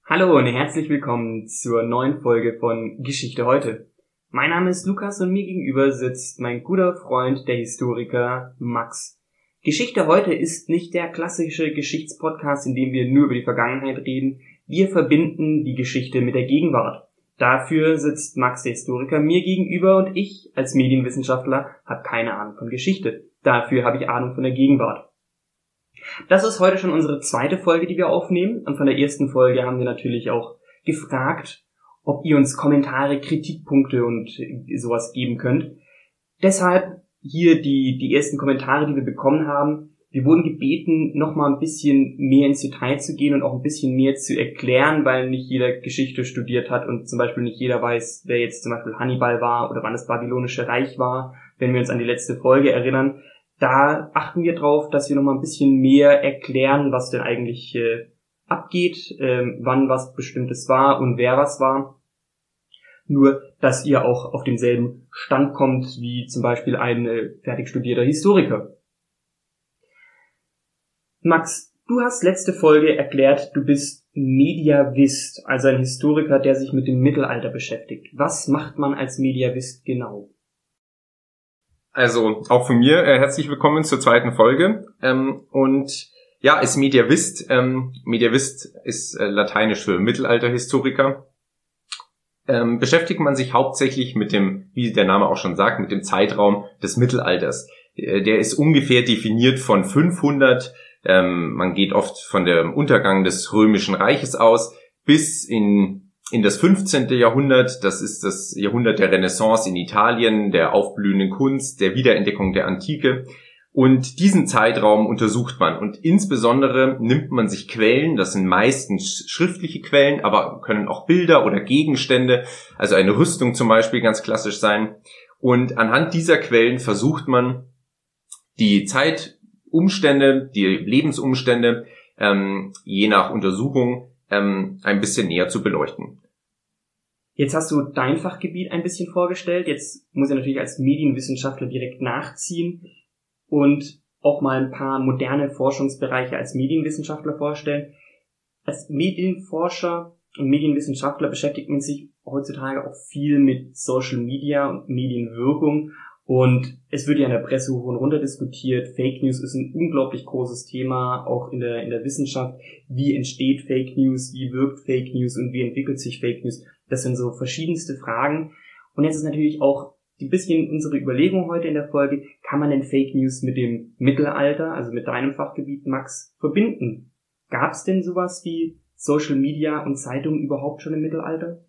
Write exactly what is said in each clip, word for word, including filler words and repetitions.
Hallo und herzlich willkommen zur neuen Folge von Geschichte heute. Mein Name ist Lukas und mir gegenüber sitzt mein guter Freund, der Historiker Max. Geschichte heute ist nicht der klassische Geschichtspodcast, in dem wir nur über die Vergangenheit reden. Wir verbinden die Geschichte mit der Gegenwart. Dafür sitzt Max, der Historiker, mir gegenüber und ich als Medienwissenschaftler habe keine Ahnung von Geschichte. Dafür habe ich Ahnung von der Gegenwart. Das ist heute schon unsere zweite Folge, die wir aufnehmen. Und von der ersten Folge haben wir natürlich auch gefragt, ob ihr uns Kommentare, Kritikpunkte und sowas geben könnt. Deshalb hier die, die ersten Kommentare, die wir bekommen haben. Wir wurden gebeten, nochmal ein bisschen mehr ins Detail zu gehen und auch ein bisschen mehr zu erklären, weil nicht jeder Geschichte studiert hat und zum Beispiel nicht jeder weiß, wer jetzt zum Beispiel Hannibal war oder wann das Babylonische Reich war, wenn wir uns an die letzte Folge erinnern. Da achten wir drauf, dass wir nochmal ein bisschen mehr erklären, was denn eigentlich äh, abgeht, äh, wann was Bestimmtes war und wer was war. Nur, dass ihr auch auf denselben Stand kommt, wie zum Beispiel ein äh, fertig studierter Historiker. Max, du hast letzte Folge erklärt, du bist Mediavist, also ein Historiker, der sich mit dem Mittelalter beschäftigt. Was macht man als Mediavist genau? Also auch von mir äh, herzlich willkommen zur zweiten Folge. Ähm, und ja, als Mediavist, ähm, Mediavist ist äh, lateinisch für Mittelalterhistoriker, ähm, beschäftigt man sich hauptsächlich mit dem, wie der Name auch schon sagt, mit dem Zeitraum des Mittelalters. Äh, der ist ungefähr definiert von fünfhundert, ähm, man geht oft von dem Untergang des Römischen Reiches aus, bis in in das fünfzehnte. Jahrhundert, das ist das Jahrhundert der Renaissance in Italien, der aufblühenden Kunst, der Wiederentdeckung der Antike. Und diesen Zeitraum untersucht man. Und insbesondere nimmt man sich Quellen, das sind meistens schriftliche Quellen, aber können auch Bilder oder Gegenstände, also eine Rüstung zum Beispiel ganz klassisch sein. Und anhand dieser Quellen versucht man, die Zeitumstände, die Lebensumstände, ähm, je nach Untersuchung, ähm, ein bisschen näher zu beleuchten. Jetzt hast du dein Fachgebiet ein bisschen vorgestellt. Jetzt muss ich natürlich als Medienwissenschaftler direkt nachziehen und auch mal ein paar moderne Forschungsbereiche als Medienwissenschaftler vorstellen. Als Medienforscher und Medienwissenschaftler beschäftigt man sich heutzutage auch viel mit Social Media und Medienwirkung. Und es wird ja in der Presse hoch und runter diskutiert. Fake News ist ein unglaublich großes Thema, auch in der in der Wissenschaft. Wie entsteht Fake News? Wie wirkt Fake News? Und wie entwickelt sich Fake News? Das sind so verschiedenste Fragen. Und jetzt ist natürlich auch ein bisschen unsere Überlegung heute in der Folge, kann man denn Fake News mit dem Mittelalter, also mit deinem Fachgebiet, Max, verbinden? Gab es denn sowas wie Social Media und Zeitungen überhaupt schon im Mittelalter?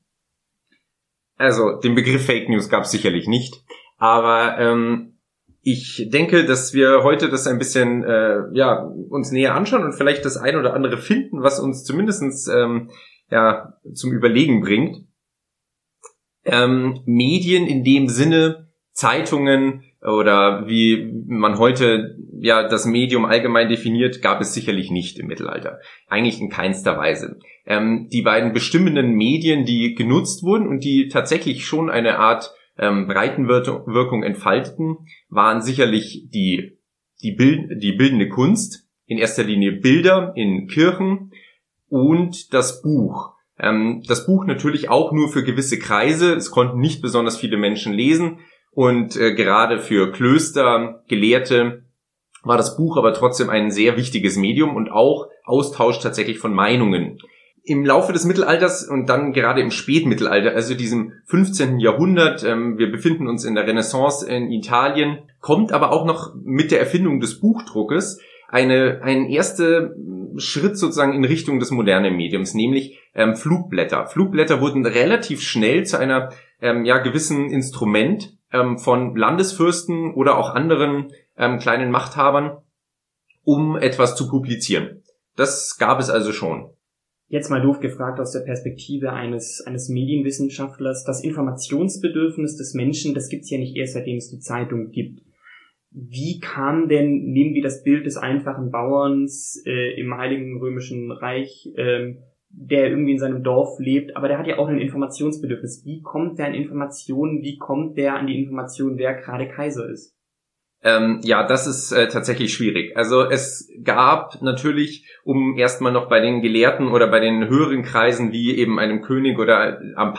Also, den Begriff Fake News gab es sicherlich nicht. Aber ähm, ich denke, dass wir heute das ein bisschen äh, ja uns näher anschauen und vielleicht das ein oder andere finden, was uns zumindestens ähm, ja zum Überlegen bringt. Ähm, Medien in dem Sinne, Zeitungen oder wie man heute ja das Medium allgemein definiert, gab es sicherlich nicht im Mittelalter. Eigentlich in keinster Weise. Ähm, die beiden bestimmenden Medien, die genutzt wurden und die tatsächlich schon eine Art ähm, Breitenwirkung entfalteten, waren sicherlich die die, Bild, die bildende Kunst, in erster Linie Bilder in Kirchen und das Buch. Ähm, das Buch natürlich auch nur für gewisse Kreise, es konnten nicht besonders viele Menschen lesen und äh, gerade für Klöster, Gelehrte war das Buch aber trotzdem ein sehr wichtiges Medium und auch Austausch tatsächlich von Meinungen. Im Laufe des Mittelalters und dann gerade im Spätmittelalter, also diesem fünfzehnten. Jahrhundert, ähm, wir befinden uns in der Renaissance in Italien, kommt aber auch noch mit der Erfindung des Buchdruckes eine ein erster Schritt sozusagen in Richtung des modernen Mediums, nämlich ähm, Flugblätter. Flugblätter wurden relativ schnell zu einer ähm, ja gewissen Instrument ähm, von Landesfürsten oder auch anderen ähm, kleinen Machthabern, um etwas zu publizieren. Das gab es also schon. Jetzt mal doof gefragt aus der Perspektive eines eines Medienwissenschaftlers. Das Informationsbedürfnis des Menschen, das gibt's ja nicht erst, seitdem es die Zeitung gibt. Wie kam denn, nehmen wir das Bild des einfachen Bauerns äh, im Heiligen Römischen Reich, ähm, der irgendwie in seinem Dorf lebt, aber der hat ja auch ein Informationsbedürfnis. Wie kommt der an Informationen? Wie kommt der an die Information, wer gerade Kaiser ist? Ähm, ja, das ist äh, tatsächlich schwierig. Also es gab natürlich, um erstmal noch bei den Gelehrten oder bei den höheren Kreisen wie eben einem König oder am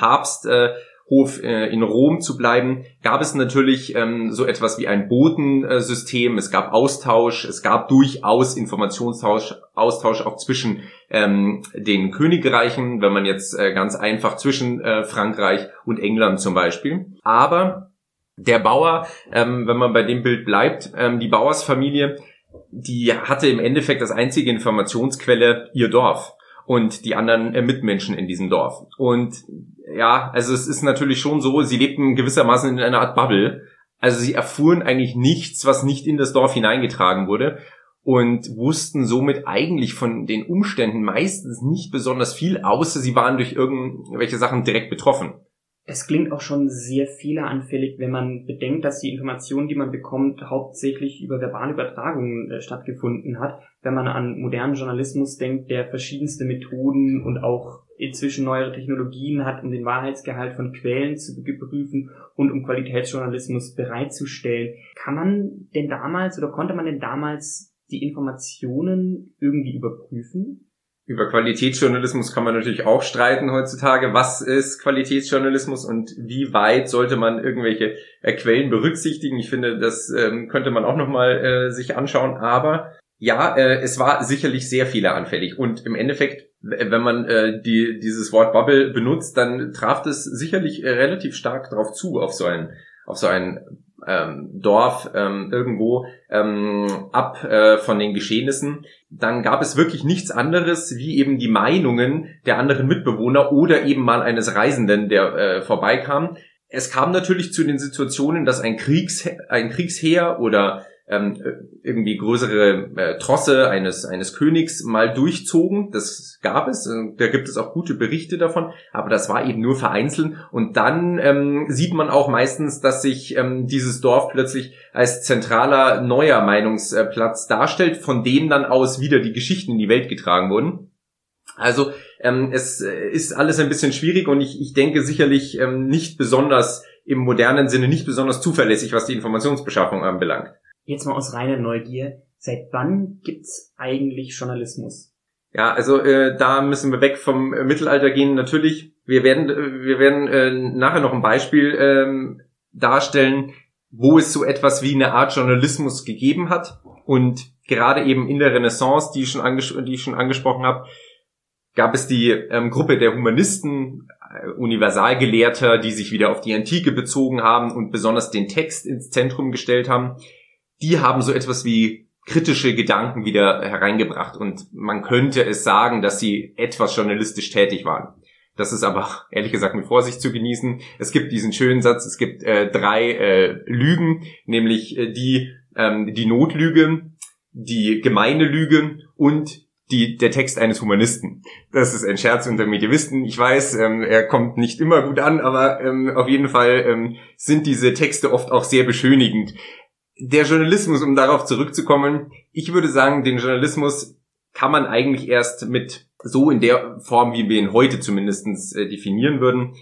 Papsthof äh, äh, in Rom zu bleiben, gab es natürlich ähm, so etwas wie ein Botensystem. Es gab Austausch, es gab durchaus Informationstausch, Austausch auch zwischen ähm, den Königreichen, wenn man jetzt äh, ganz einfach zwischen äh, Frankreich und England zum Beispiel. Aber der Bauer, ähm, wenn man bei dem Bild bleibt, ähm, die Bauersfamilie, die hatte im Endeffekt als einzige Informationsquelle ihr Dorf und die anderen äh, Mitmenschen in diesem Dorf. Und ja, also es ist natürlich schon so, sie lebten gewissermaßen in einer Art Bubble. Also sie erfuhren eigentlich nichts, was nicht in das Dorf hineingetragen wurde und wussten somit eigentlich von den Umständen meistens nicht besonders viel, außer sie waren durch irgendwelche Sachen direkt betroffen. Es klingt auch schon sehr fehleranfällig, wenn man bedenkt, dass die Information, die man bekommt, hauptsächlich über verbale Übertragungen äh, stattgefunden hat. Wenn man an modernen Journalismus denkt, der verschiedenste Methoden und auch inzwischen neuere Technologien hat, um den Wahrheitsgehalt von Quellen zu prüfen und um Qualitätsjournalismus bereitzustellen. Kann man denn damals oder konnte man denn damals die Informationen irgendwie überprüfen? Über Qualitätsjournalismus kann man natürlich auch streiten heutzutage. Was ist Qualitätsjournalismus und wie weit sollte man irgendwelche äh, Quellen berücksichtigen? Ich finde, das ähm, könnte man auch nochmal äh, sich anschauen. Aber ja, äh, es war sicherlich sehr fehleranfällig. Und im Endeffekt, wenn man äh, die, dieses Wort Bubble benutzt, dann traf es sicherlich äh, relativ stark darauf zu, auf so ein, auf so ein ähm, Dorf ähm, irgendwo ähm, ab äh, von den Geschehnissen. Dann gab es wirklich nichts anderes wie eben die Meinungen der anderen Mitbewohner oder eben mal eines Reisenden, der äh, vorbeikam. Es kam natürlich zu den Situationen, dass ein Kriegs ein Kriegsheer oder ähm, irgendwie größere äh, Trosse eines eines Königs mal durchzogen. Das gab es. Da gibt es auch gute Berichte davon. Aber das war eben nur vereinzelt. Und dann ähm, sieht man auch meistens, dass sich ähm, dieses Dorf plötzlich als zentraler neuer Meinungsplatz darstellt, von dem dann aus wieder die Geschichten in die Welt getragen wurden. Also ähm, es ist alles ein bisschen schwierig und ich, ich denke sicherlich ähm, nicht besonders im modernen Sinne, nicht besonders zuverlässig, was die Informationsbeschaffung anbelangt. Jetzt mal aus reiner Neugier, seit wann gibt's eigentlich Journalismus? Ja, also äh, da müssen wir weg vom äh, Mittelalter gehen. Natürlich, wir werden äh, wir werden äh, nachher noch ein Beispiel ähm, darstellen, wo es so etwas wie eine Art Journalismus gegeben hat. Und gerade eben in der Renaissance, die ich schon, anges- die ich schon angesprochen habe, gab es die ähm, Gruppe der Humanisten, äh, Universalgelehrter, die sich wieder auf die Antike bezogen haben und besonders den Text ins Zentrum gestellt haben. Die haben so etwas wie kritische Gedanken wieder hereingebracht und man könnte es sagen, dass sie etwas journalistisch tätig waren. Das ist aber ehrlich gesagt mit Vorsicht zu genießen. Es gibt diesen schönen Satz, es gibt äh, drei äh, Lügen, nämlich äh, die ähm, die Notlüge, die gemeine Lüge und die der Text eines Humanisten. Das ist ein Scherz unter Medievisten. Ich weiß, ähm, er kommt nicht immer gut an, aber ähm, auf jeden Fall ähm, sind diese Texte oft auch sehr beschönigend. Der Journalismus, um darauf zurückzukommen, ich würde sagen, den Journalismus kann man eigentlich erst mit so in der Form, wie wir ihn heute zumindest äh, definieren würden,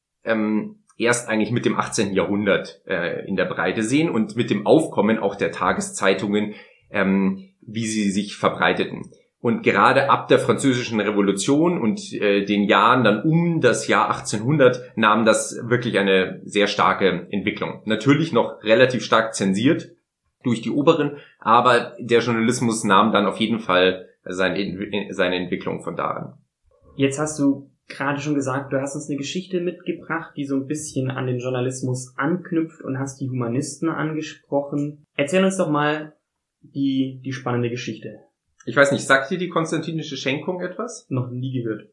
ähm, erst eigentlich mit dem achtzehnten Jahrhundert äh, in der Breite sehen und mit dem Aufkommen auch der Tageszeitungen, ähm, wie sie sich verbreiteten. Und gerade ab der Französischen Revolution und äh, den Jahren dann um das Jahr achtzehnhundert nahm das wirklich eine sehr starke Entwicklung. Natürlich noch relativ stark zensiert durch die Oberen, aber der Journalismus nahm dann auf jeden Fall seine, seine Entwicklung von da an. Jetzt hast du gerade schon gesagt, du hast uns eine Geschichte mitgebracht, die so ein bisschen an den Journalismus anknüpft und hast die Humanisten angesprochen. Erzähl uns doch mal die, die spannende Geschichte. Ich weiß nicht, sagt dir die konstantinische Schenkung etwas? Noch nie gehört.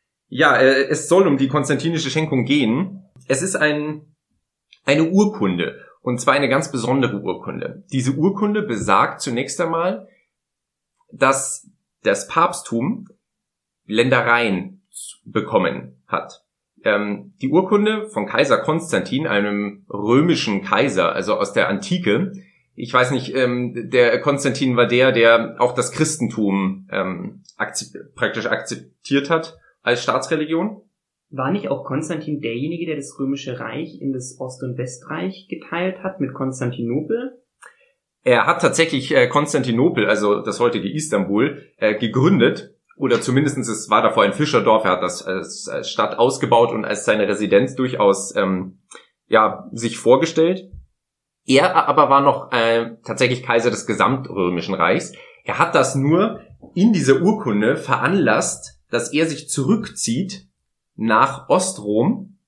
Ja, äh, es soll um die konstantinische Schenkung gehen. Es ist ein, eine Urkunde, und zwar eine ganz besondere Urkunde. Diese Urkunde besagt zunächst einmal, dass das Papsttum Ländereien bekommen hat. Ähm, die Urkunde von Kaiser Konstantin, einem römischen Kaiser, also aus der Antike. Ich weiß nicht, ähm, der Konstantin war der, der auch das Christentum ähm, akzept, praktisch akzeptiert hat als Staatsreligion. War nicht auch Konstantin derjenige, der das Römische Reich in das Ost- und Westreich geteilt hat mit Konstantinopel? Er hat tatsächlich äh, Konstantinopel, also das heutige Istanbul, äh, gegründet. Oder zumindestens es war davor ein Fischerdorf. Er hat das als, als Stadt ausgebaut und als seine Residenz durchaus ähm, ja sich vorgestellt. Er aber war noch äh, tatsächlich Kaiser des Gesamtrömischen Reichs. Er hat das nur in dieser Urkunde veranlasst, dass er sich zurückzieht nach Ostrom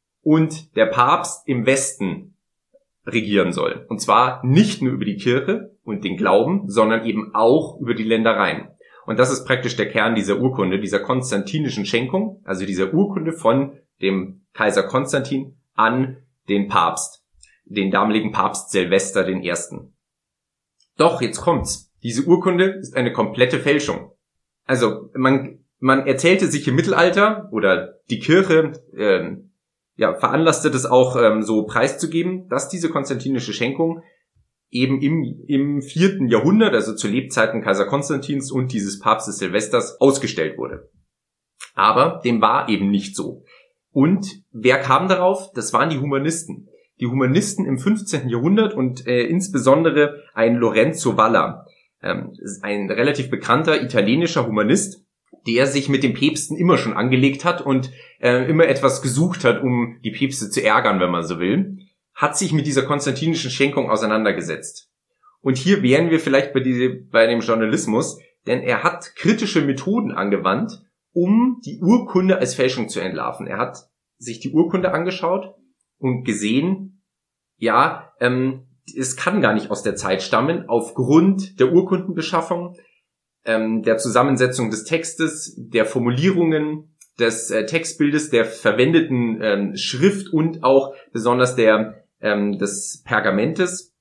und der Papst im Westen regieren soll. Und zwar nicht nur über die Kirche und den Glauben, sondern eben auch über die Ländereien. Und das ist praktisch der Kern dieser Urkunde, dieser konstantinischen Schenkung, also dieser Urkunde von dem Kaiser Konstantin an den Papst, den damaligen Papst Silvester den Ersten. Doch, jetzt kommt's. Diese Urkunde ist eine komplette Fälschung. Also man man erzählte sich im Mittelalter, oder die Kirche ähm, ja veranlasste das auch ähm, so preiszugeben, dass diese konstantinische Schenkung eben im, im vierten Jahrhundert, also zu Lebzeiten Kaiser Konstantins und dieses Papstes Silvesters, ausgestellt wurde. Aber dem war eben nicht so. Und wer kam darauf? Das waren die Humanisten. Die Humanisten im fünfzehnten Jahrhundert und äh, insbesondere ein Lorenzo Valla, ähm, ein relativ bekannter italienischer Humanist, der sich mit den Päpsten immer schon angelegt hat und äh, immer etwas gesucht hat, um die Päpste zu ärgern, wenn man so will, hat sich mit dieser konstantinischen Schenkung auseinandergesetzt. Und hier wären wir vielleicht bei, diese, bei dem Journalismus, denn er hat kritische Methoden angewandt, um die Urkunde als Fälschung zu entlarven. Er hat sich die Urkunde angeschaut und gesehen, ja, ähm, es kann gar nicht aus der Zeit stammen, aufgrund der Urkundenbeschaffung, ähm, der Zusammensetzung des Textes, der Formulierungen, des äh, Textbildes, der verwendeten ähm, Schrift und auch besonders der ähm, des Pergamentes.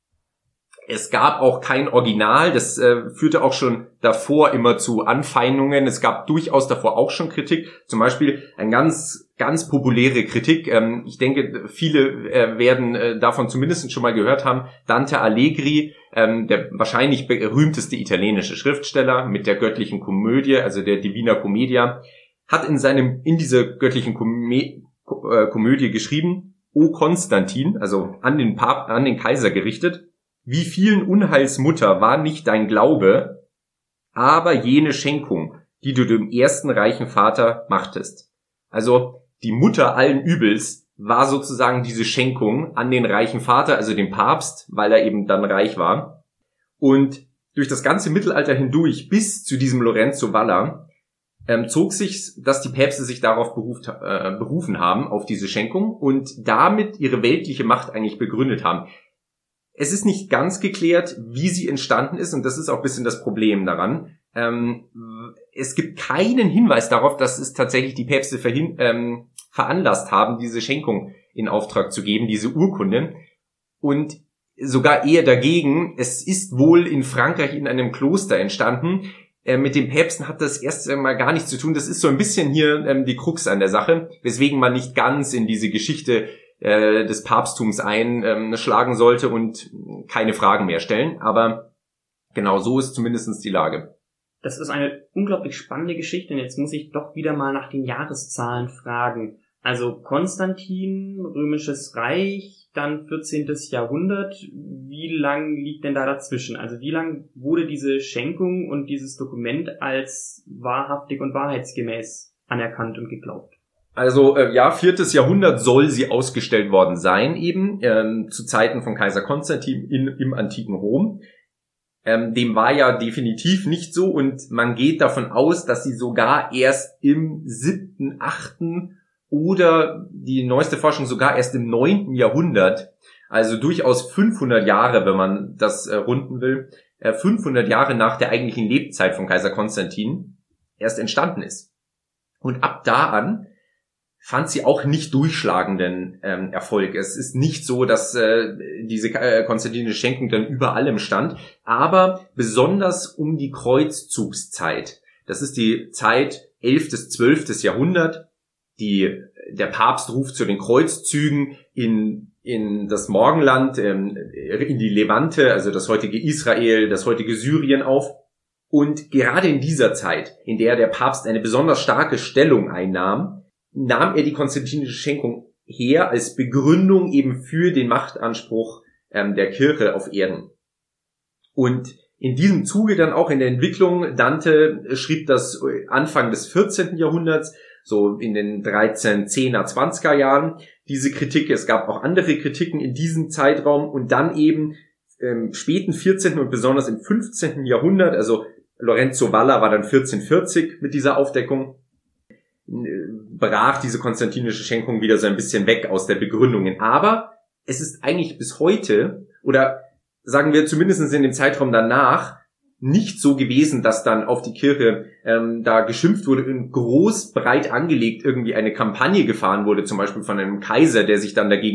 Es gab auch kein Original, das äh, führte auch schon davor immer zu Anfeindungen. Es gab durchaus davor auch schon Kritik, zum Beispiel ein ganz, ganz populäre Kritik. Ähm, ich denke, viele äh, werden äh, davon zumindest schon mal gehört haben. Dante Alighieri, ähm, der wahrscheinlich berühmteste italienische Schriftsteller mit der göttlichen Komödie, also der Divina Commedia, hat in seinem in dieser göttlichen Komö- äh, Komödie geschrieben: O Konstantin, also an den Papst, an den Kaiser gerichtet: Wie vielen Unheilsmutter war nicht dein Glaube, aber jene Schenkung, die du dem ersten reichen Vater machtest. Also die Mutter allen Übels war sozusagen diese Schenkung an den reichen Vater, also den Papst, weil er eben dann reich war. Und durch das ganze Mittelalter hindurch bis zu diesem Lorenzo Valla ähm, zog sich, dass die Päpste sich darauf beruft, äh, berufen haben, auf diese Schenkung, und damit ihre weltliche Macht eigentlich begründet haben. Es ist nicht ganz geklärt, wie sie entstanden ist, und das ist auch ein bisschen das Problem daran. Ähm, es gibt keinen Hinweis darauf, dass es tatsächlich die Päpste verhin, ähm, veranlasst haben, diese Schenkung in Auftrag zu geben, diese Urkunde. Und sogar eher dagegen, es ist wohl in Frankreich in einem Kloster entstanden. Äh, mit den Päpsten hat das erst einmal gar nichts zu tun. Das ist so ein bisschen hier ähm, die Krux an der Sache, weswegen man nicht ganz in diese Geschichte des Papsttums einschlagen sollte und keine Fragen mehr stellen. Aber genau so ist zumindest die Lage. Das ist eine unglaublich spannende Geschichte, und jetzt muss ich doch wieder mal nach den Jahreszahlen fragen. Also Konstantin, Römisches Reich, dann vierzehntes Jahrhundert. Wie lang liegt denn da dazwischen? Also wie lang wurde diese Schenkung und dieses Dokument als wahrhaftig und wahrheitsgemäß anerkannt und geglaubt? Also äh, ja, viertes Jahrhundert soll sie ausgestellt worden sein, eben ähm, zu Zeiten von Kaiser Konstantin in, im antiken Rom. Ähm, dem war ja definitiv nicht so, und man geht davon aus, dass sie sogar erst im siebten, achten oder die neueste Forschung sogar erst im neunten Jahrhundert, also durchaus fünfhundert Jahre, wenn man das äh, runden will, äh, fünfhundert Jahre nach der eigentlichen Lebzeit von Kaiser Konstantin erst entstanden ist. Und ab da an fand sie auch nicht durchschlagenden ähm, Erfolg. Es ist nicht so, dass äh, diese äh, konstantinische Schenkung dann über allem stand, aber besonders um die Kreuzzugszeit. Das ist die Zeit elftes, zwölftes Jahrhundert. Die, der Papst ruft zu den Kreuzzügen in in das Morgenland, ähm, in die Levante, also das heutige Israel, das heutige Syrien auf. Und gerade in dieser Zeit, in der der Papst eine besonders starke Stellung einnahm, nahm er die konstantinische Schenkung her als Begründung eben für den Machtanspruch ähm, der Kirche auf Erden. Und in diesem Zuge dann auch in der Entwicklung, Dante schrieb das Anfang des vierzehnten Jahrhunderts, so in den dreizehnhundertzehner, zwanziger Jahren, diese Kritik. Es gab auch andere Kritiken in diesem Zeitraum und dann eben im späten vierzehnten und besonders im fünfzehnten Jahrhundert, also Lorenzo Valla war dann vierzehnhundertvierzig mit dieser Aufdeckung, brach diese konstantinische Schenkung wieder so ein bisschen weg aus der Begründungen. Aber es ist eigentlich bis heute, oder sagen wir zumindest in dem Zeitraum danach, nicht so gewesen, dass dann auf die Kirche ähm, da geschimpft wurde und groß, breit angelegt irgendwie eine Kampagne gefahren wurde, zum Beispiel von einem Kaiser, der sich dann dagegen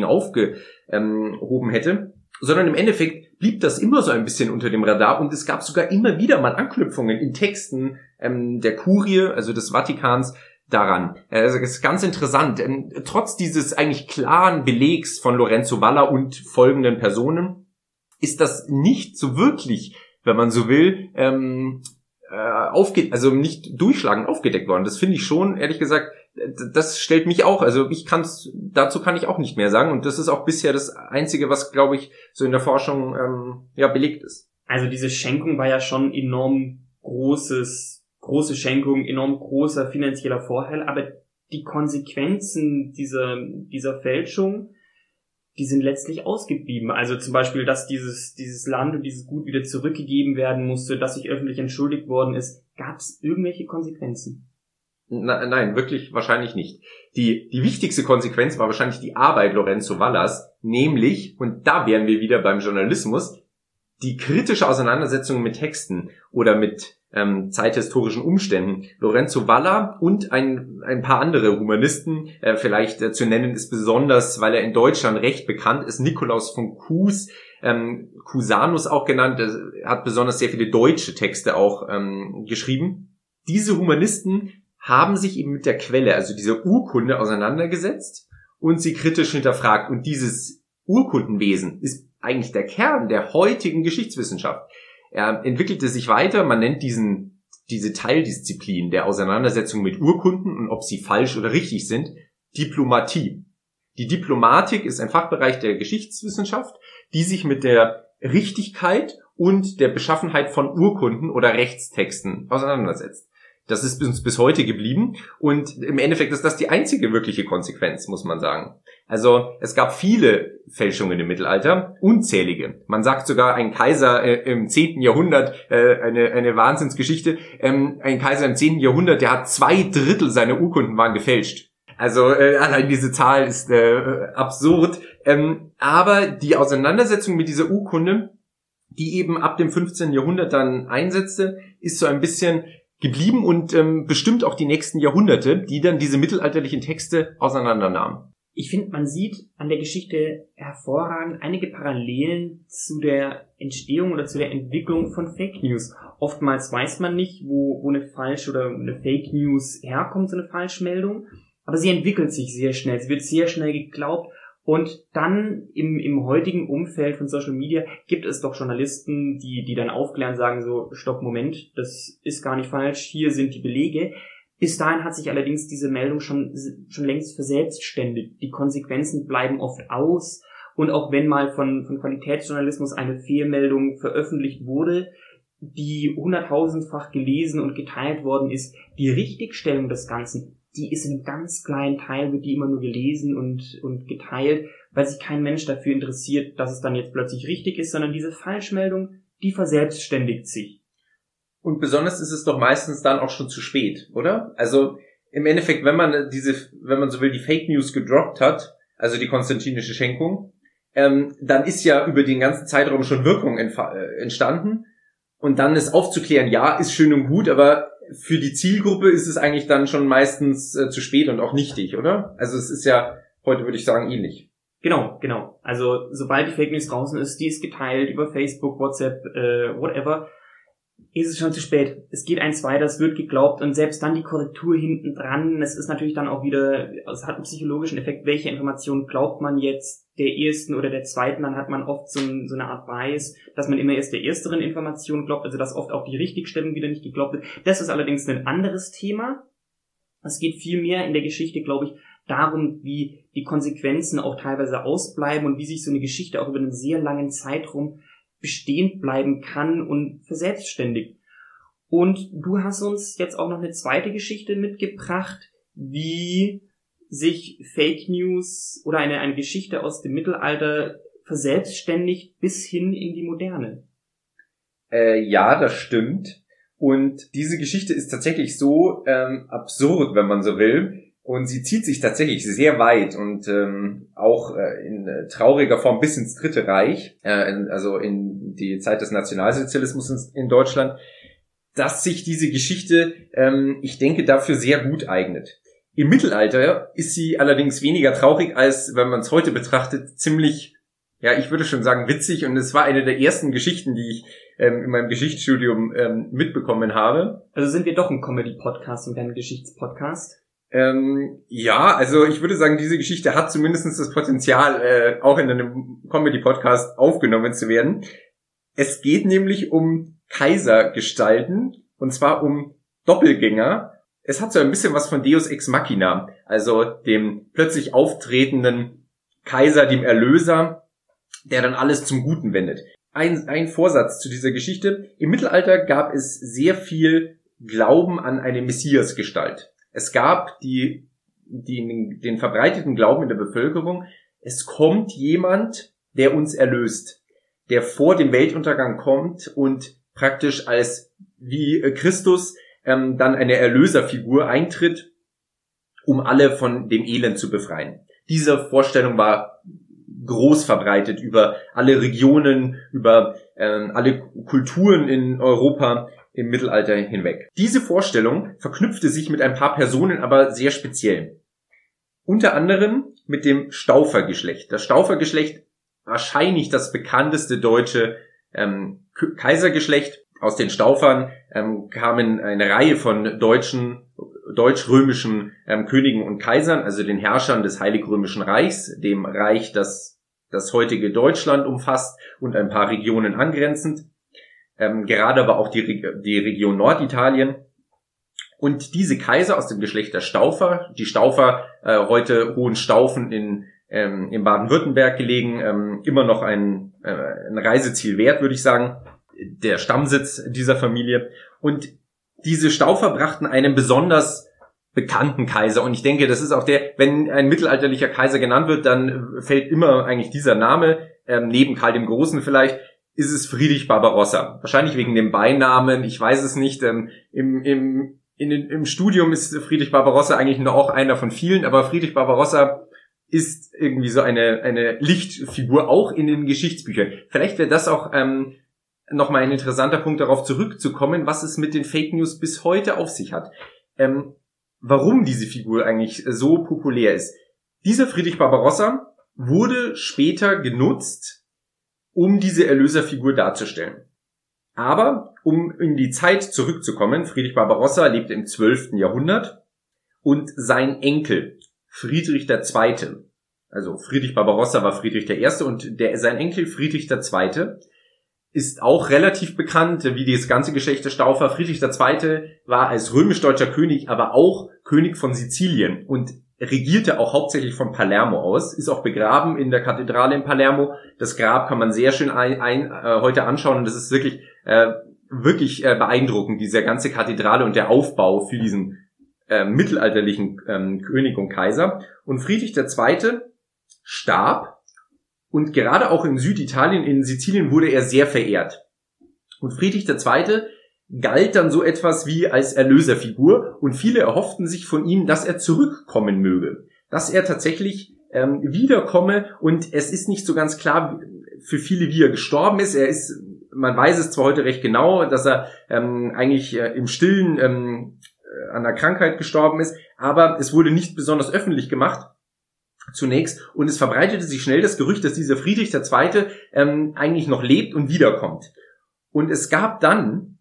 aufgehoben hätte, sondern im Endeffekt blieb das immer so ein bisschen unter dem Radar und es gab sogar immer wieder mal Anknüpfungen in Texten ähm, der Kurie, also des Vatikans, daran. Also das ist ganz interessant. Ähm, trotz dieses eigentlich klaren Belegs von Lorenzo Valla und folgenden Personen ist das nicht so wirklich, wenn man so will, ähm, äh, aufge- also nicht durchschlagend aufgedeckt worden. Das finde ich schon, ehrlich gesagt, das stellt mich auch, also ich kann's, dazu kann ich auch nicht mehr sagen und das ist auch bisher das Einzige, was, glaube ich, so in der Forschung ähm, ja belegt ist. Also diese Schenkung war ja schon enorm großes, große Schenkung, enorm großer finanzieller Vorteil, aber die Konsequenzen dieser, dieser Fälschung, die sind letztlich ausgeblieben. Also zum Beispiel, dass dieses, dieses Land und dieses Gut wieder zurückgegeben werden musste, dass sich öffentlich entschuldigt worden ist. Gab es irgendwelche Konsequenzen? Na, nein, wirklich wahrscheinlich nicht. Die, die wichtigste Konsequenz war wahrscheinlich die Arbeit Lorenzo Vallas, nämlich, und da wären wir wieder beim Journalismus, die kritische Auseinandersetzung mit Texten oder mit ähm, zeithistorischen Umständen. Lorenzo Valla und ein, ein paar andere Humanisten, äh, vielleicht äh, zu nennen ist besonders, weil er in Deutschland recht bekannt ist, Nikolaus von Cus, ähm, Cusanus auch genannt, er hat besonders sehr viele deutsche Texte auch ähm, geschrieben. Diese Humanisten haben sich eben mit der Quelle, also dieser Urkunde, auseinandergesetzt und sie kritisch hinterfragt. Und dieses Urkundenwesen ist eigentlich der Kern der heutigen Geschichtswissenschaft. Er entwickelte sich weiter, man nennt diesen, diese Teildisziplin der Auseinandersetzung mit Urkunden und ob sie falsch oder richtig sind, Diplomatie. Die Diplomatik ist ein Fachbereich der Geschichtswissenschaft, die sich mit der Richtigkeit und der Beschaffenheit von Urkunden oder Rechtstexten auseinandersetzt. Das ist uns bis heute geblieben und im Endeffekt ist das die einzige wirkliche Konsequenz, muss man sagen. Also es gab viele Fälschungen im Mittelalter, unzählige. Man sagt sogar, ein Kaiser äh, im zehnten Jahrhundert, äh, eine eine Wahnsinnsgeschichte, ähm, ein Kaiser im zehnten Jahrhundert, der hat zwei Drittel seiner Urkunden waren gefälscht. Also äh, allein diese Zahl ist äh, absurd. Ähm, aber die Auseinandersetzung mit dieser Urkunde, die eben ab dem fünfzehnten Jahrhundert dann einsetzte, ist so ein bisschen geblieben und ähm, bestimmt auch die nächsten Jahrhunderte, die dann diese mittelalterlichen Texte auseinandernahmen. Ich finde, man sieht an der Geschichte hervorragend einige Parallelen zu der Entstehung oder zu der Entwicklung von Fake News. Oftmals weiß man nicht, wo, wo eine falsche oder eine Fake News herkommt, so eine Falschmeldung, aber sie entwickelt sich sehr schnell, sie wird sehr schnell geglaubt. Und dann im, im heutigen Umfeld von Social Media gibt es doch Journalisten, die, die dann aufklären, sagen so, stopp, Moment, das ist gar nicht falsch, hier sind die Belege. Bis dahin hat sich allerdings diese Meldung schon, schon längst verselbstständigt. Die Konsequenzen bleiben oft aus. Und auch wenn mal von, von Qualitätsjournalismus eine Fehlmeldung veröffentlicht wurde, die hunderttausendfach gelesen und geteilt worden ist, die Richtigstellung des Ganzen, die ist in einem ganz kleinen Teil, wird die immer nur gelesen und, und geteilt, weil sich kein Mensch dafür interessiert, dass es dann jetzt plötzlich richtig ist, sondern diese Falschmeldung, die verselbstständigt sich. Und besonders ist es doch meistens dann auch schon zu spät, oder? Also im Endeffekt, wenn man diese, wenn man so will, die Fake News gedroppt hat, also die konstantinische Schenkung, ähm, dann ist ja über den ganzen Zeitraum schon Wirkung entfa- äh, entstanden. Und dann ist aufzuklären, ja, ist schön und gut, aber für die Zielgruppe ist es eigentlich dann schon meistens äh, zu spät und auch nichtig, oder? Also es ist ja heute, würde ich sagen, ähnlich. Genau, genau. Also sobald die Fake News draußen ist, die ist geteilt über Facebook, WhatsApp, äh, whatever, ist es schon zu spät. Es geht eins weiter, es wird geglaubt und selbst dann die Korrektur hinten dran, es ist natürlich dann auch wieder, es hat einen psychologischen Effekt, welche Informationen glaubt man jetzt der ersten oder der zweiten, dann hat man oft so, ein, so eine Art Bias, dass man immer erst der ersteren Information glaubt, also dass oft auch die Richtigstellung wieder nicht geglaubt wird. Das ist allerdings ein anderes Thema. Es geht vielmehr in der Geschichte, glaube ich, darum, wie die Konsequenzen auch teilweise ausbleiben und wie sich so eine Geschichte auch über einen sehr langen Zeitraum bestehen bleiben kann und verselbstständigt. Und du hast uns jetzt auch noch eine zweite Geschichte mitgebracht, wie sich Fake News oder eine, eine Geschichte aus dem Mittelalter verselbstständigt bis hin in die Moderne. Äh, ja, das stimmt. Und diese Geschichte ist tatsächlich so ähm, absurd, wenn man so will. Und sie zieht sich tatsächlich sehr weit und ähm, auch äh, in äh, trauriger Form bis ins Dritte Reich, äh, in, also in die Zeit des Nationalsozialismus in, in Deutschland, dass sich diese Geschichte, ähm, ich denke, dafür sehr gut eignet. Im Mittelalter ist sie allerdings weniger traurig, als wenn man es heute betrachtet, ziemlich, ja, ich würde schon sagen, witzig. Und es war eine der ersten Geschichten, die ich ähm, in meinem Geschichtsstudium ähm, mitbekommen habe. Also sind wir doch ein Comedy-Podcast und kein Geschichtspodcast? Ähm, ja, also ich würde sagen, diese Geschichte hat zumindest das Potenzial, äh, auch in einem Comedy-Podcast aufgenommen zu werden. Es geht nämlich um Kaisergestalten, und zwar um Doppelgänger. Es hat so ein bisschen was von Deus Ex Machina, also dem plötzlich auftretenden Kaiser, dem Erlöser, der dann alles zum Guten wendet. Ein, ein Vorsatz zu dieser Geschichte. Im Mittelalter gab es sehr viel Glauben an eine Messiasgestalt. Es gab die, die, den verbreiteten Glauben in der Bevölkerung, es kommt jemand, der uns erlöst, der vor dem Weltuntergang kommt und praktisch als wie Christus ähm, dann eine Erlöserfigur eintritt, um alle von dem Elend zu befreien. Diese Vorstellung war groß verbreitet über alle Regionen, über ähm, alle Kulturen in Europa im Mittelalter hinweg. Diese Vorstellung verknüpfte sich mit ein paar Personen aber sehr speziell. Unter anderem mit dem Staufergeschlecht. Das Staufergeschlecht, wahrscheinlich das bekannteste deutsche ähm, Kaisergeschlecht. Aus den Staufern ähm, kamen eine Reihe von deutschen, deutsch-römischen ähm, Königen und Kaisern, also den Herrschern des Heilig-Römischen Reichs, dem Reich, das das heutige Deutschland umfasst und ein paar Regionen angrenzend. Ähm, gerade aber auch die, die Region Norditalien. Und diese Kaiser aus dem Geschlecht der Staufer, die Staufer, äh, heute Hohenstaufen in ähm, in Baden-Württemberg gelegen, ähm, immer noch ein, äh, ein Reiseziel wert, würde ich sagen, der Stammsitz dieser Familie. Und diese Staufer brachten einen besonders bekannten Kaiser. Und ich denke, das ist auch der, wenn ein mittelalterlicher Kaiser genannt wird, dann fällt immer eigentlich dieser Name, ähm, neben Karl dem Großen vielleicht, ist es Friedrich Barbarossa. Wahrscheinlich wegen dem Beinamen, ich weiß es nicht. Ähm, im, im, in, Im Studium ist Friedrich Barbarossa eigentlich nur auch einer von vielen, aber Friedrich Barbarossa ist irgendwie so eine eine Lichtfigur, auch in den Geschichtsbüchern. Vielleicht wäre das auch ähm, nochmal ein interessanter Punkt, darauf zurückzukommen, was es mit den Fake News bis heute auf sich hat. Ähm, warum diese Figur eigentlich so populär ist. Dieser Friedrich Barbarossa wurde später genutzt, um diese Erlöserfigur darzustellen. Aber um in die Zeit zurückzukommen, Friedrich Barbarossa lebte im zwölften Jahrhundert und sein Enkel Friedrich der Zweite, also Friedrich Barbarossa war Friedrich der Erste und der, sein Enkel Friedrich der Zweite ist auch relativ bekannt, wie das ganze Geschlecht der Staufer. Friedrich der Zweite war als römisch-deutscher König, aber auch König von Sizilien und regierte auch hauptsächlich von Palermo aus, ist auch begraben in der Kathedrale in Palermo. Das Grab kann man sehr schön ein, ein, äh, heute anschauen und das ist wirklich äh, wirklich äh, beeindruckend, diese ganze Kathedrale und der Aufbau für diesen äh, mittelalterlichen ähm, König und Kaiser. Und Friedrich der Zweite starb und gerade auch in Süditalien, in Sizilien wurde er sehr verehrt. Und Friedrich der Zweite galt dann so etwas wie als Erlöserfigur und viele erhofften sich von ihm, dass er zurückkommen möge, dass er tatsächlich ähm, wiederkomme und es ist nicht so ganz klar für viele, wie er gestorben ist. Er ist, man weiß es zwar heute recht genau, dass er ähm, eigentlich äh, im Stillen ähm, äh, an einer Krankheit gestorben ist, aber es wurde nicht besonders öffentlich gemacht zunächst und es verbreitete sich schnell das Gerücht, dass dieser Friedrich der Zweite ähm, eigentlich noch lebt und wiederkommt. Und es gab dann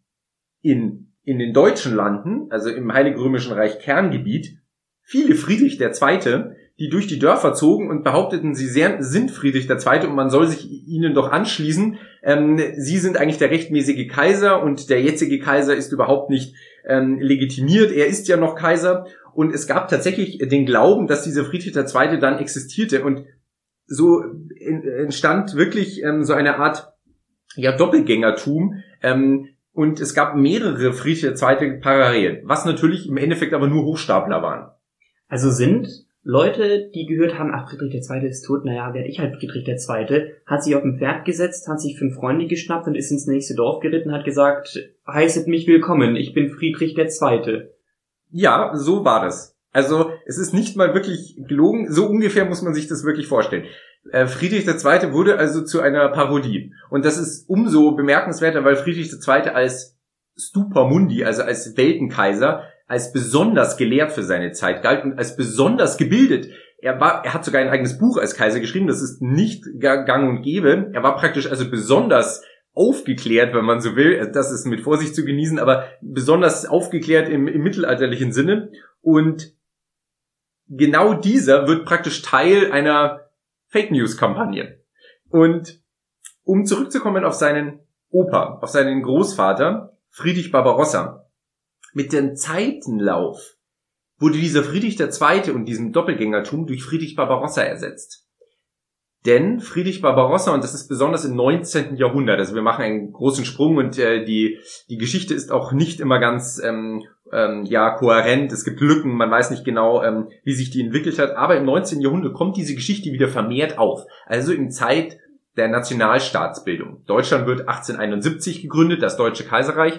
in in den deutschen Landen, also im Heiligen Römischen Reich Kerngebiet, viele Friedrich der Zweite, die durch die Dörfer zogen und behaupteten, sie sind Friedrich der Zweite und man soll sich ihnen doch anschließen. Ähm, sie sind eigentlich der rechtmäßige Kaiser und der jetzige Kaiser ist überhaupt nicht ähm, legitimiert. Er ist ja noch Kaiser. Und es gab tatsächlich den Glauben, dass dieser Friedrich der Zweite dann existierte. Und so entstand wirklich ähm, so eine Art ja, Doppelgängertum, ähm, und es gab mehrere Friedrich der Zweite Parallelen, was natürlich im Endeffekt aber nur Hochstapler waren. Also sind Leute, die gehört haben, ach, Friedrich der Zweite ist tot, naja, werde ich halt Friedrich der Zweite, hat sich auf ein Pferd gesetzt, hat sich fünf Freunde geschnappt und ist ins nächste Dorf geritten, hat gesagt, heißet mich willkommen, ich bin Friedrich der Zweite. Ja, so war das. Also es ist nicht mal wirklich gelogen, so ungefähr muss man sich das wirklich vorstellen. Äh, Friedrich der Zweite wurde also zu einer Parodie. Und das ist umso bemerkenswerter, weil Friedrich der Zweite als Stupa Mundi, also als Weltenkaiser, als besonders gelehrt für seine Zeit galt und als besonders gebildet. Er war, er hat sogar ein eigenes Buch als Kaiser geschrieben, das ist nicht gang und gäbe. Er war praktisch also besonders aufgeklärt, wenn man so will. Das ist mit Vorsicht zu genießen, aber besonders aufgeklärt im, im mittelalterlichen Sinne. Und genau dieser wird praktisch Teil einer Fake-News-Kampagne. Und um zurückzukommen auf seinen Opa, auf seinen Großvater, Friedrich Barbarossa, mit dem Zeitenlauf wurde dieser Friedrich der Zweite und diesem Doppelgängertum durch Friedrich Barbarossa ersetzt. Denn Friedrich Barbarossa, und das ist besonders im neunzehnten Jahrhundert, also wir machen einen großen Sprung und äh, die die Geschichte ist auch nicht immer ganz ähm, ähm, ja kohärent, es gibt Lücken, man weiß nicht genau, ähm, wie sich die entwickelt hat, aber im neunzehnten Jahrhundert kommt diese Geschichte wieder vermehrt auf, also in Zeit der Nationalstaatsbildung. Deutschland wird achtzehnhunderteinundsiebzig gegründet, das Deutsche Kaiserreich,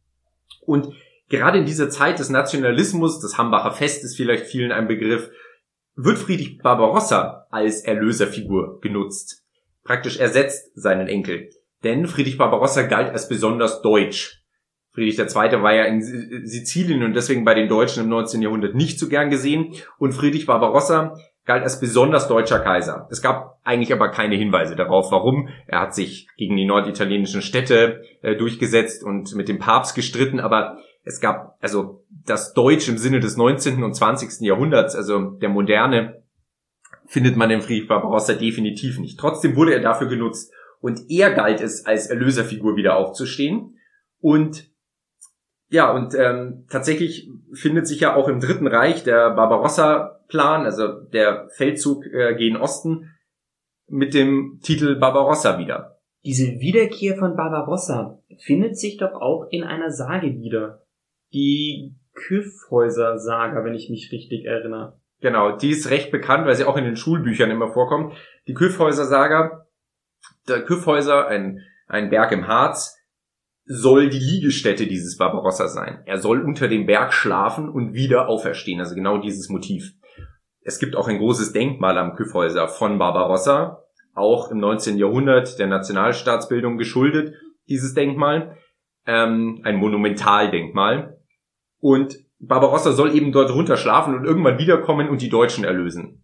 und gerade in dieser Zeit des Nationalismus, das Hambacher Fest ist vielleicht vielen ein Begriff, wird Friedrich Barbarossa als Erlöserfigur genutzt. Praktisch ersetzt seinen Enkel. Denn Friedrich Barbarossa galt als besonders deutsch. Friedrich der Zweite war ja in Sizilien und deswegen bei den Deutschen im neunzehnten Jahrhundert nicht so gern gesehen. Und Friedrich Barbarossa galt als besonders deutscher Kaiser. Es gab eigentlich aber keine Hinweise darauf, warum. Er hat sich gegen die norditalienischen Städte äh, durchgesetzt und mit dem Papst gestritten, aber es gab, also das Deutsch im Sinne des neunzehnten und zwanzigsten Jahrhunderts, also der Moderne, findet man in Friedrich Barbarossa definitiv nicht. Trotzdem wurde er dafür genutzt und er galt es, als Erlöserfigur wieder aufzustehen. Und ja, und ähm, tatsächlich findet sich ja auch im Dritten Reich der Barbarossa-Plan, also der Feldzug äh, gen Osten, mit dem Titel Barbarossa wieder. Diese Wiederkehr von Barbarossa findet sich doch auch in einer Sage wieder. Die Kyffhäuser-Saga, wenn ich mich richtig erinnere. Genau, die ist recht bekannt, weil sie auch in den Schulbüchern immer vorkommt. Die Kyffhäuser-Saga, der Kyffhäuser, ein, ein Berg im Harz, soll die Liegestätte dieses Barbarossa sein. Er soll unter dem Berg schlafen und wieder auferstehen, also genau dieses Motiv. Es gibt auch ein großes Denkmal am Kyffhäuser von Barbarossa, auch im neunzehnten Jahrhundert der Nationalstaatsbildung geschuldet, dieses Denkmal, ähm, ein Monumentaldenkmal. Und Barbarossa soll eben dort runterschlafen und irgendwann wiederkommen und die Deutschen erlösen.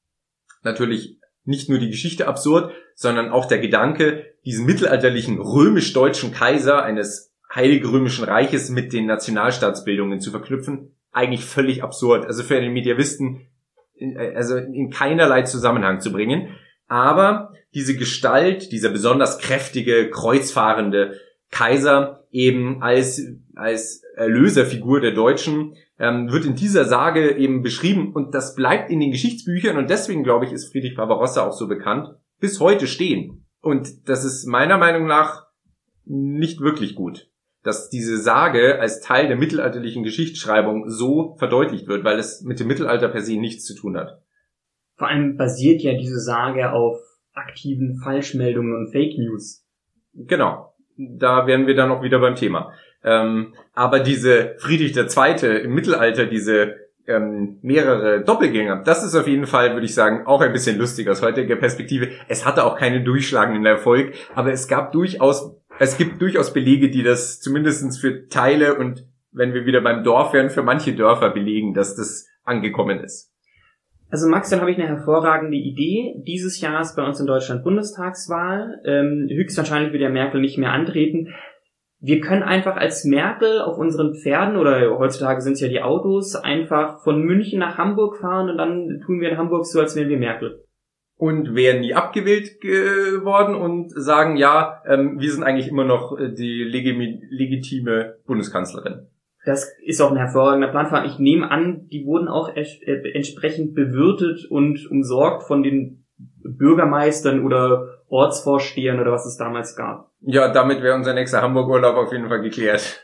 Natürlich nicht nur die Geschichte absurd, sondern auch der Gedanke, diesen mittelalterlichen römisch-deutschen Kaiser eines Heiligen Reiches mit den Nationalstaatsbildungen zu verknüpfen, eigentlich völlig absurd. Also für einen Mediävisten also in keinerlei Zusammenhang zu bringen. Aber diese Gestalt, dieser besonders kräftige, kreuzfahrende Kaiser eben als als Erlöserfigur der Deutschen ähm, wird in dieser Sage eben beschrieben und das bleibt in den Geschichtsbüchern und deswegen, glaube ich, ist Friedrich Barbarossa auch so bekannt, bis heute stehen. Und das ist meiner Meinung nach nicht wirklich gut, dass diese Sage als Teil der mittelalterlichen Geschichtsschreibung so verdeutlicht wird, weil es mit dem Mittelalter per se nichts zu tun hat. Vor allem basiert ja diese Sage auf aktiven Falschmeldungen und Fake News. Genau, da wären wir dann auch wieder beim Thema. Ähm, aber diese Friedrich der Zweite im Mittelalter, diese ähm, mehrere Doppelgänger, das ist auf jeden Fall, würde ich sagen, auch ein bisschen lustig aus heutiger Perspektive. Es hatte auch keinen durchschlagenden Erfolg, aber es gab durchaus, es gibt durchaus Belege, die das zumindestens für Teile und wenn wir wieder beim Dorf wären, für manche Dörfer belegen, dass das angekommen ist. Also Max, dann habe ich eine hervorragende Idee. Dieses Jahr ist bei uns in Deutschland Bundestagswahl. Ähm, höchstwahrscheinlich wird ja Merkel nicht mehr antreten. Wir können einfach als Merkel auf unseren Pferden, oder heutzutage sind es ja die Autos, einfach von München nach Hamburg fahren und dann tun wir in Hamburg so, als wären wir Merkel. Und wären nie abgewählt geworden und sagen, ja, ähm, wir sind eigentlich immer noch die legimi- legitime Bundeskanzlerin. Das ist auch ein hervorragender Plan. Ich nehme an, die wurden auch äh, entsprechend bewirtet und umsorgt von den Bürgermeistern oder Ortsvorstehern oder was es damals gab. Ja, damit wäre unser nächster Hamburg-Urlaub auf jeden Fall geklärt.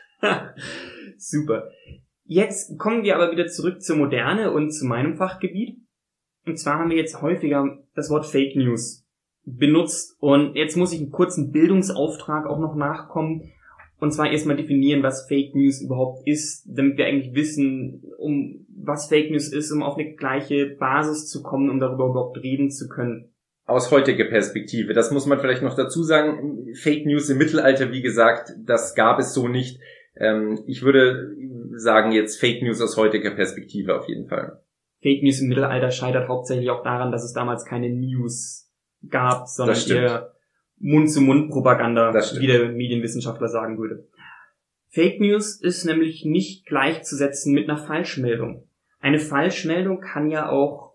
Super. Jetzt kommen wir aber wieder zurück zur Moderne und zu meinem Fachgebiet. Und zwar haben wir jetzt häufiger das Wort Fake News benutzt. Und jetzt muss ich einen kurzen Bildungsauftrag auch noch nachkommen. Und zwar erstmal definieren, was Fake News überhaupt ist, damit wir eigentlich wissen, um was Fake News ist, um auf eine gleiche Basis zu kommen, um darüber überhaupt reden zu können. Aus heutiger Perspektive, das muss man vielleicht noch dazu sagen, Fake News im Mittelalter, wie gesagt, das gab es so nicht. Ich würde sagen jetzt Fake News aus heutiger Perspektive auf jeden Fall. Fake News im Mittelalter scheitert hauptsächlich auch daran, dass es damals keine News gab, sondern eher Mund-zu-Mund-Propaganda, wie der Medienwissenschaftler sagen würde. Fake News ist nämlich nicht gleichzusetzen mit einer Falschmeldung. Eine Falschmeldung kann ja auch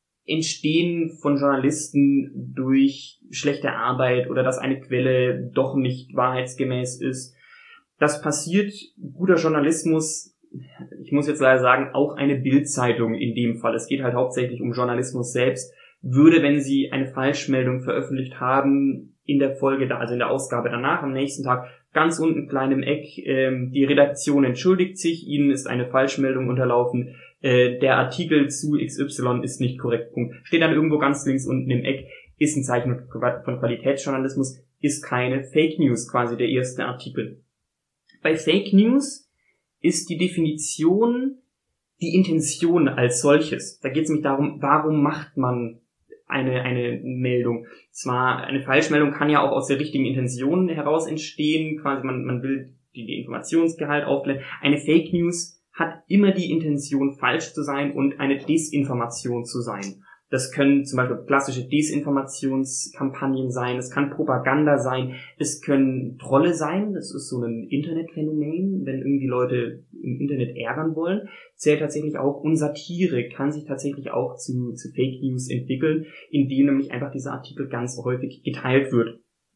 entstehen von Journalisten durch schlechte Arbeit oder dass eine Quelle doch nicht wahrheitsgemäß ist. Das passiert, guter Journalismus, ich muss jetzt leider sagen, auch eine Bild-Zeitung in dem Fall. Es geht halt hauptsächlich um Journalismus selbst, würde, wenn sie eine Falschmeldung veröffentlicht haben, in der Folge, da, also in der Ausgabe danach, am nächsten Tag, ganz unten klein im Eck, ähm, die Redaktion entschuldigt sich, Ihnen ist eine Falschmeldung unterlaufen, äh, der Artikel zu X Y ist nicht korrekt, Punkt. Steht dann irgendwo ganz links unten im Eck, ist ein Zeichen von Qualitätsjournalismus, ist keine Fake News, quasi der erste Artikel. Bei Fake News ist die Definition die Intention als solches. Da geht es nämlich darum, warum macht man eine eine Meldung. Zwar eine Falschmeldung kann ja auch aus der richtigen Intention heraus entstehen, quasi man man will die, die Informationsgehalt aufblenden. Eine Fake News hat immer die Intention, falsch zu sein und eine Desinformation zu sein. Das können zum Beispiel klassische Desinformationskampagnen sein, es kann Propaganda sein, es können Trolle sein, das ist so ein Internetphänomen, wenn irgendwie Leute im Internet ärgern wollen, zählt tatsächlich auch, und Satire kann sich tatsächlich auch zu, zu Fake News entwickeln, indem nämlich einfach dieser Artikel ganz häufig geteilt wird.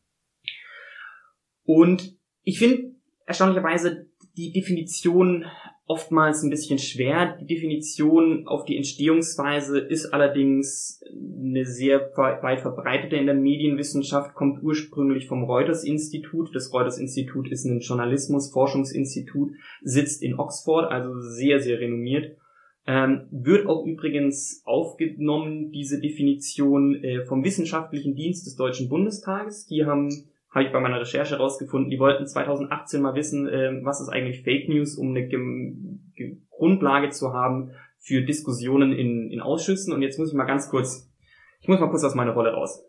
Und ich finde erstaunlicherweise die Definition oftmals ein bisschen schwer. Die Definition auf die Entstehungsweise ist allerdings eine sehr weit verbreitete in der Medienwissenschaft, kommt ursprünglich vom Reuters-Institut. Das Reuters-Institut ist ein Journalismus-Forschungsinstitut, sitzt in Oxford, also sehr, sehr renommiert. Ähm, wird auch übrigens aufgenommen, diese Definition, äh, vom Wissenschaftlichen Dienst des Deutschen Bundestages. Die haben habe ich bei meiner Recherche herausgefunden, die wollten zwanzig achtzehn mal wissen, äh, was ist eigentlich Fake News, um eine Ge- Ge- Grundlage zu haben für Diskussionen in, in Ausschüssen. Und jetzt muss ich mal ganz kurz, ich muss mal kurz aus meiner Rolle raus.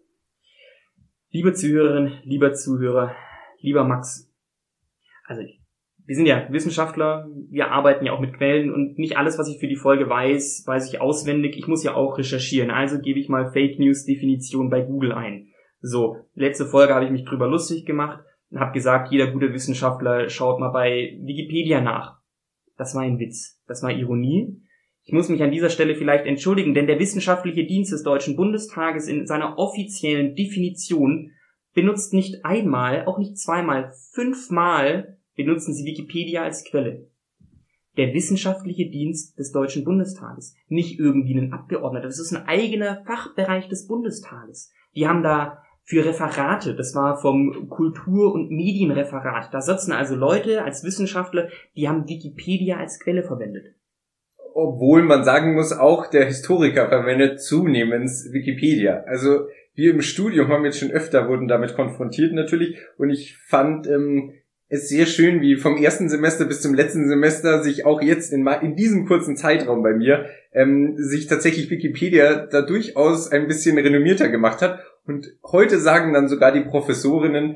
Liebe Zuhörerin, lieber Zuhörer, lieber Max, also ich, wir sind ja Wissenschaftler, wir arbeiten ja auch mit Quellen und nicht alles, was ich für die Folge weiß, weiß ich auswendig. Ich muss ja auch recherchieren, also gebe ich mal Fake News Definition bei Google ein. So, letzte Folge habe ich mich drüber lustig gemacht und habe gesagt, jeder gute Wissenschaftler schaut mal bei Wikipedia nach. Das war ein Witz, das war Ironie. Ich muss mich an dieser Stelle vielleicht entschuldigen, denn der Wissenschaftliche Dienst des Deutschen Bundestages in seiner offiziellen Definition benutzt nicht einmal, auch nicht zweimal, fünfmal benutzen sie Wikipedia als Quelle. Der Wissenschaftliche Dienst des Deutschen Bundestages, nicht irgendwie ein Abgeordneter, das ist ein eigener Fachbereich des Bundestages. Die haben da für Referate, das war vom Kultur- und Medienreferat, da sitzen also Leute als Wissenschaftler, die haben Wikipedia als Quelle verwendet. Obwohl man sagen muss, auch der Historiker verwendet zunehmend Wikipedia. Also wir im Studium haben jetzt schon öfter, wurden damit konfrontiert natürlich, und ich fand ähm, es sehr schön, wie vom ersten Semester bis zum letzten Semester sich auch jetzt in, in diesem kurzen Zeitraum bei mir ähm, sich tatsächlich Wikipedia da durchaus ein bisschen renommierter gemacht hat. Und heute sagen dann sogar die Professorinnen,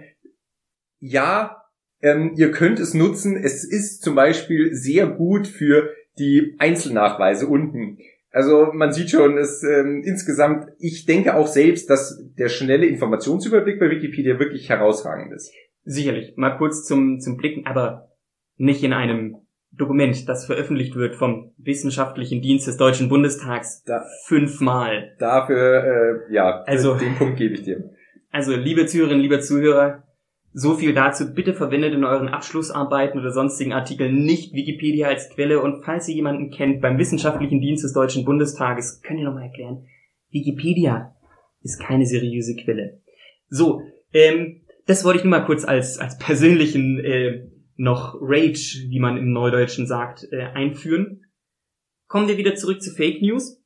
ja, ähm, ihr könnt es nutzen, es ist zum Beispiel sehr gut für die Einzelnachweise unten. Also man sieht schon, es ähm, insgesamt, ich denke auch selbst, dass der schnelle Informationsüberblick bei Wikipedia wirklich herausragend ist. Sicherlich, mal kurz zum zum Blicken, aber nicht in einem Dokument, das veröffentlicht wird vom Wissenschaftlichen Dienst des Deutschen Bundestags da, fünfmal. Dafür, äh, ja, also, den Punkt gebe ich dir. Also, liebe Zuhörerinnen, lieber Zuhörer, so viel dazu. Bitte verwendet in euren Abschlussarbeiten oder sonstigen Artikeln nicht Wikipedia als Quelle. Und falls ihr jemanden kennt beim Wissenschaftlichen Dienst des Deutschen Bundestages, könnt ihr nochmal erklären, Wikipedia, ist keine seriöse Quelle. So, ähm, das wollte ich nur mal kurz als als persönlichen äh, noch Rage, wie man im Neudeutschen sagt, äh, einführen. Kommen wir wieder zurück zu Fake News.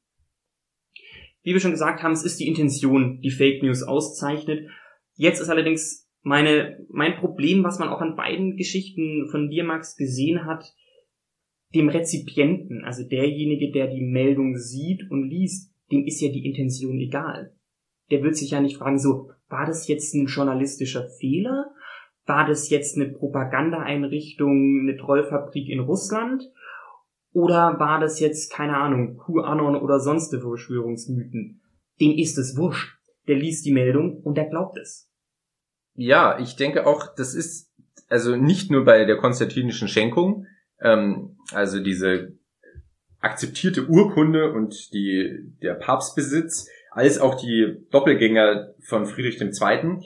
Wie wir schon gesagt haben, es ist die Intention, die Fake News auszeichnet. Jetzt ist allerdings meine mein Problem, was man auch an beiden Geschichten von dir, Max, gesehen hat, dem Rezipienten, also derjenige, der die Meldung sieht und liest, dem ist ja die Intention egal. Der wird sich ja nicht fragen, so, war das jetzt ein journalistischer Fehler? War das jetzt eine Propagandaeinrichtung, eine Trollfabrik in Russland? Oder war das jetzt, keine Ahnung, QAnon oder sonstige Verschwörungsmythen? Dem ist es wurscht. Der liest die Meldung und der glaubt es. Ja, ich denke auch, das ist also nicht nur bei der konstantinischen Schenkung, ähm, also diese akzeptierte Urkunde und die der Papstbesitz, als auch die Doppelgänger von Friedrich der Zweite.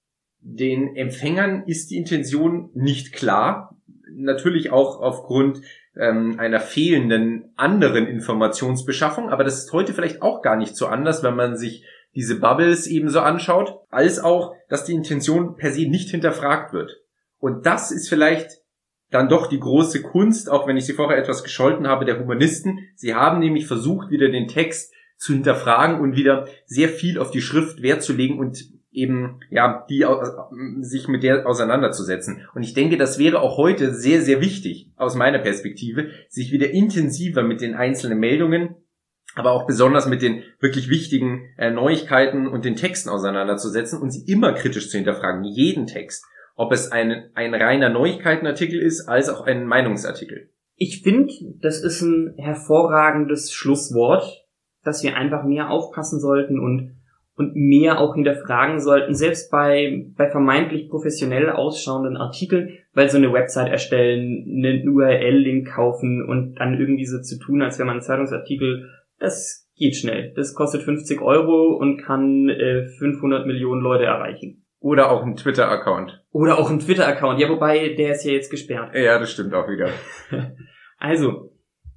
Den Empfängern ist die Intention nicht klar, natürlich auch aufgrund ähm, einer fehlenden anderen Informationsbeschaffung, aber das ist heute vielleicht auch gar nicht so anders, wenn man sich diese Bubbles ebenso anschaut, als auch, dass die Intention per se nicht hinterfragt wird. Und das ist vielleicht dann doch die große Kunst, auch wenn ich sie vorher etwas gescholten habe, der Humanisten. Sie haben nämlich versucht, wieder den Text zu hinterfragen und wieder sehr viel auf die Schrift Wert zu legen und eben, ja, die sich mit der auseinanderzusetzen. Und ich denke, das wäre auch heute sehr, sehr wichtig, aus meiner Perspektive, sich wieder intensiver mit den einzelnen Meldungen, aber auch besonders mit den wirklich wichtigen äh, Neuigkeiten und den Texten auseinanderzusetzen und sie immer kritisch zu hinterfragen, jeden Text. Ob es ein, ein reiner Neuigkeitenartikel ist, als auch ein Meinungsartikel. Ich finde, das ist ein hervorragendes Schlusswort, dass wir einfach mehr aufpassen sollten und und mehr auch hinterfragen sollten, selbst bei bei vermeintlich professionell ausschauenden Artikeln, weil so eine Website erstellen, einen U R L-Link kaufen und dann irgendwie so zu tun, als wäre man ein Zeitungsartikel, das geht schnell. Das kostet fünfzig Euro und kann äh, fünfhundert Millionen Leute erreichen. Oder auch ein Twitter-Account. Oder auch ein Twitter-Account. Ja, wobei, der ist ja jetzt gesperrt. Ja, das stimmt auch wieder. Also,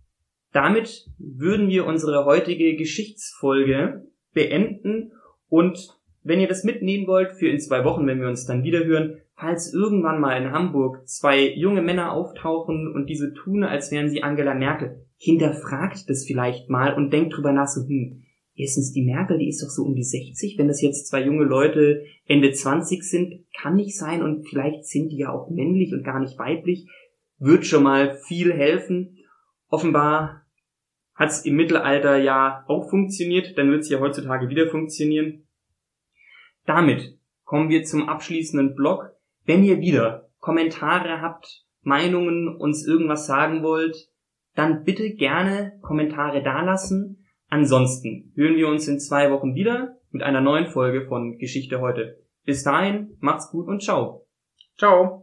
damit würden wir unsere heutige Geschichtsfolge beenden. Und wenn ihr das mitnehmen wollt für in zwei Wochen, wenn wir uns dann wieder hören, falls irgendwann mal in Hamburg zwei junge Männer auftauchen und diese tun, als wären sie Angela Merkel, hinterfragt das vielleicht mal und denkt drüber nach, so, hm, erstens, die Merkel, die ist doch so um die sechzig, wenn das jetzt zwei junge Leute Ende zwanzig sind, kann nicht sein und vielleicht sind die ja auch männlich und gar nicht weiblich, wird schon mal viel helfen. Offenbar hat es im Mittelalter ja auch funktioniert, dann wird es ja heutzutage wieder funktionieren. Damit kommen wir zum abschließenden Block. Wenn ihr wieder Kommentare habt, Meinungen, uns irgendwas sagen wollt, dann bitte gerne Kommentare dalassen. Ansonsten hören wir uns in zwei Wochen wieder mit einer neuen Folge von Geschichte heute. Bis dahin, macht's gut und ciao. Ciao.